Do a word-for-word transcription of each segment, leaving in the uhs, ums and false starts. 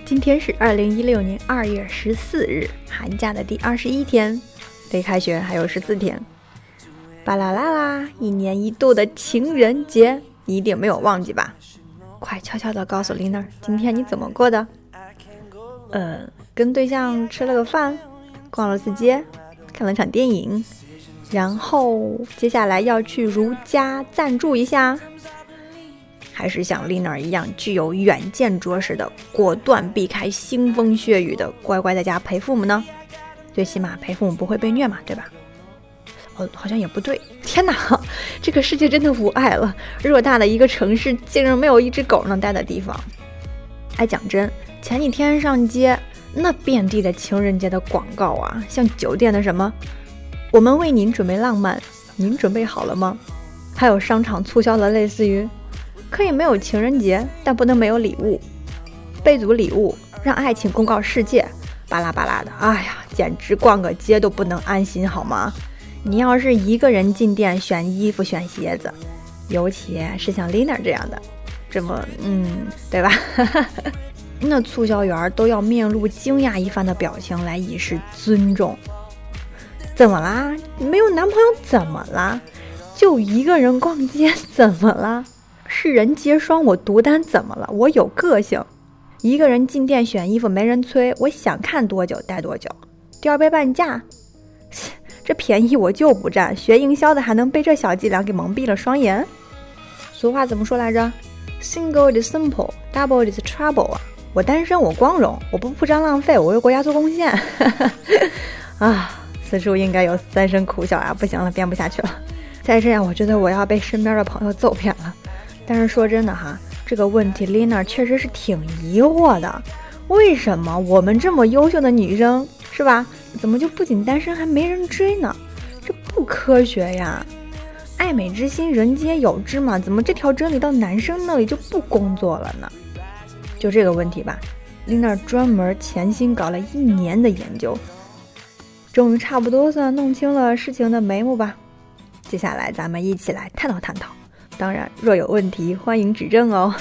今天是二零一六年二月十四日，寒假的第二十一天，离开学还有十四天。巴啦啦啦，一年一度的情人节，你一定没有忘记吧？快悄悄地告诉琳娜，今天你怎么过的？呃，跟对象吃了个饭，逛了次街，看了场电影，然后接下来要去如家赞助一下。还是像丽娜一样具有远见卓识的，果断避开腥风血雨的，乖乖在家陪父母呢？最起码陪父母不会被虐嘛，对吧？哦，好像也不对。天哪，这个世界真的无爱了！偌大的一个城市，竟然没有一只狗能待的地方。哎，讲真，前几天上街，那遍地的情人节的广告啊，像酒店的什么“我们为您准备浪漫，您准备好了吗？”还有商场促销的类似于可以没有情人节，但不能没有礼物。备足礼物，让爱情公告世界，巴拉巴拉的，哎呀，简直逛个街都不能安心，好吗？你要是一个人进店选衣服、选鞋子，尤其是像 Lina 这样的，这么嗯，对吧？那促销员都要面露惊讶一番的表情来以示尊重。怎么啦？没有男朋友怎么啦？就一个人逛街怎么啦？世人皆双我独单怎么了？我有个性，一个人进店选衣服没人催，我想看多久待多久。第二杯半价，这便宜我就不占，学营销的还能被这小伎俩给蒙蔽了双眼。俗话怎么说来着？ Single is simple, double is trouble 啊！我单身我光荣，我不铺张浪费，我为国家做贡献。啊，此处应该有三声苦笑啊！不行了，编不下去了。再这样我觉得我要被身边的朋友揍骗了。但是说真的哈，这个问题 Lina 确实是挺疑惑的。为什么我们这么优秀的女生，是吧？怎么就不仅单身还没人追呢？这不科学呀！爱美之心人皆有之嘛，怎么这条真理到男生那里就不工作了呢？就这个问题吧， Lina 专门潜心搞了一年的研究，终于差不多算弄清了事情的眉目吧。接下来咱们一起来探讨探讨。当然若有问题欢迎指正哦。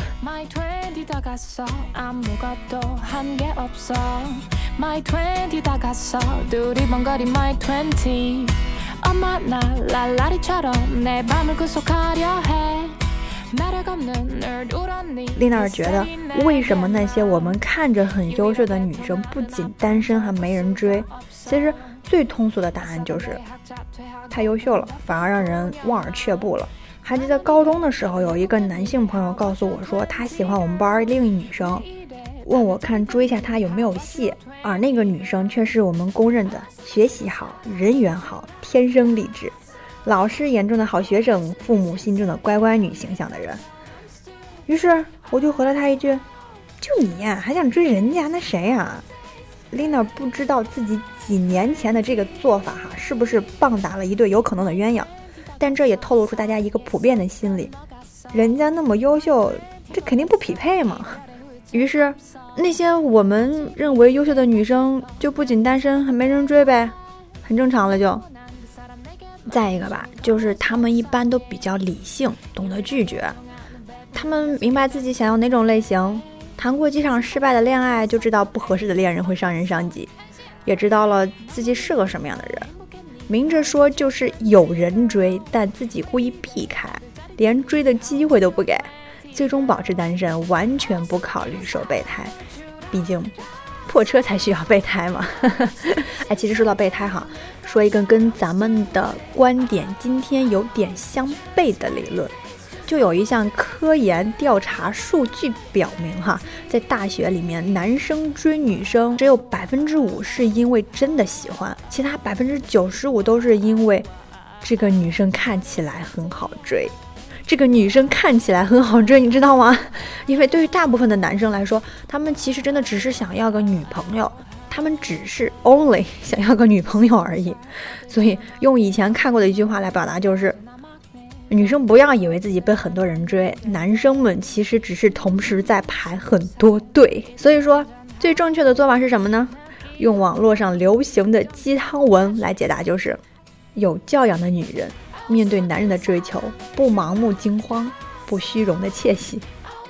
丽娜觉得为什么那些我们看着很优秀的女生不仅单身还没人追？其实最通俗的答案就是太优秀了，反而让人望而却步了。还记得高中的时候，有一个男性朋友告诉我说他喜欢我们班另一女生，问我看追一下他有没有戏，而那个女生却是我们公认的学习好、人缘好、天生丽质，老师眼中的好学生，父母心中的乖乖女形象的人。于是我就回了他一句，就你呀，还想追人家，那谁啊？Lina 不知道自己几年前的这个做法哈，是不是棒打了一对有可能的鸳鸯，但这也透露出大家一个普遍的心理，人家那么优秀，这肯定不匹配嘛。于是那些我们认为优秀的女生就不仅单身还没人追呗，很正常了就。再一个吧，就是他们一般都比较理性，懂得拒绝，他们明白自己想要哪种类型，谈过几场失败的恋爱，就知道不合适的恋人会伤人伤己，也知道了自己是个什么样的人。明着说就是有人追，但自己故意避开，连追的机会都不给，最终保持单身，完全不考虑守备胎。毕竟破车才需要备胎嘛。哎，其实说到备胎哈，说一个跟咱们的观点今天有点相悖的理论。就有一项科研调查数据表明哈，在大学里面，男生追女生只有百分之五是因为真的喜欢，其他百分之九十五都是因为这个女生看起来很好追。这个女生看起来很好追，你知道吗？因为对于大部分的男生来说，他们其实真的只是想要个女朋友，他们只是 only 想要个女朋友而已。所以用以前看过的一句话来表达就是，女生不要以为自己被很多人追，男生们其实只是同时在排很多队。所以说最正确的做法是什么呢？用网络上流行的鸡汤文来解答，就是有教养的女人面对男人的追求，不盲目惊慌，不虚荣的窃喜。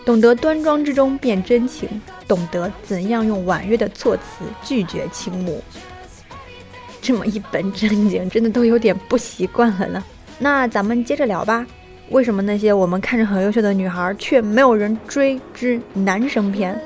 懂得端庄之中变真情，懂得怎样用婉约的措辞拒绝倾慕。这么一本正经，真的都有点不习惯了呢。那咱们接着聊吧，为什么那些我们看着很优秀的女孩却没有人追之男生篇？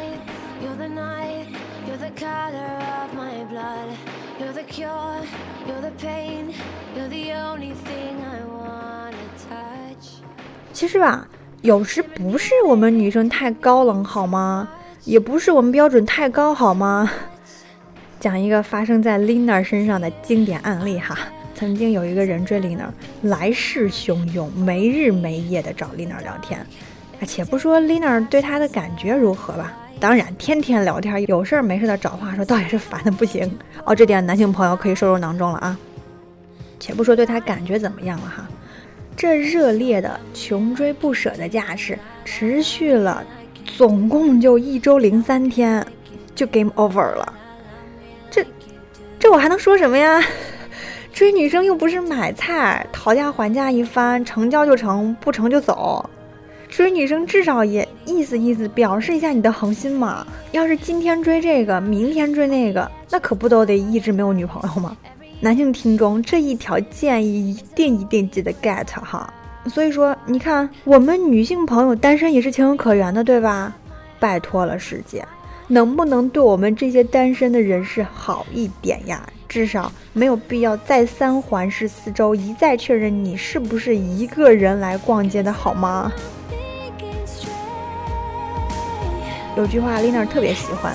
其实吧，有时不是我们女生太高冷好吗？也不是我们标准太高好吗？讲一个发生在 Lina 身上的经典案例哈。曾经有一个人追 Lina， 来势汹涌，没日没夜的找 Lina 聊天。且不说 Lina 对他的感觉如何吧，当然天天聊天，有事没事的找话说，倒也是烦的不行哦。这点男性朋友可以收入囊中了啊。且不说对他感觉怎么样了哈，这热烈的穷追不舍的架势持续了总共就一周零三天，就 game over 了。这这我还能说什么呀？追女生又不是买菜，讨价还价一番，成交就成，不成就走。追女生至少也意思意思，表示一下你的恒心嘛。要是今天追这个，明天追那个，那可不都得一直没有女朋友吗？男性听众这一条建议一定一定记得 get 哈。所以说你看，我们女性朋友单身也是情有可原的，对吧？拜托了世界，能不能对我们这些单身的人士好一点呀？至少没有必要再三环视四周，一再确认你是不是一个人来逛街的好吗？有句话 Lina 特别喜欢，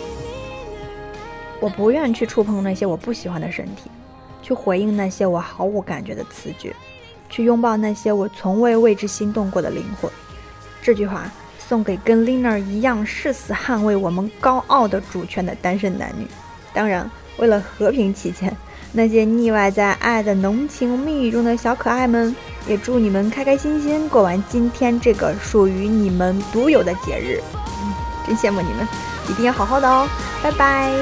我不愿去触碰那些我不喜欢的身体，去回应那些我毫无感觉的词句，去拥抱那些我从未为之心动过的灵魂。这句话送给跟 Lina 一样誓死捍卫我们高傲的主权的单身男女。当然为了和平起见，那些腻歪在爱的浓情蜜语中的小可爱们，也祝你们开开心心过完今天这个属于你们独有的节日。嗯，真羡慕你们，一定要好好的哦，拜拜。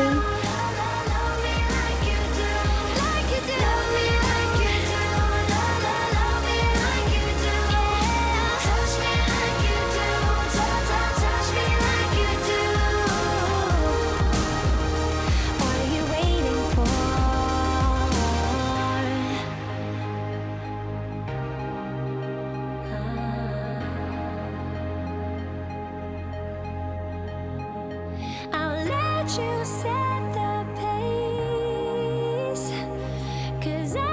You set the pace, 'cause I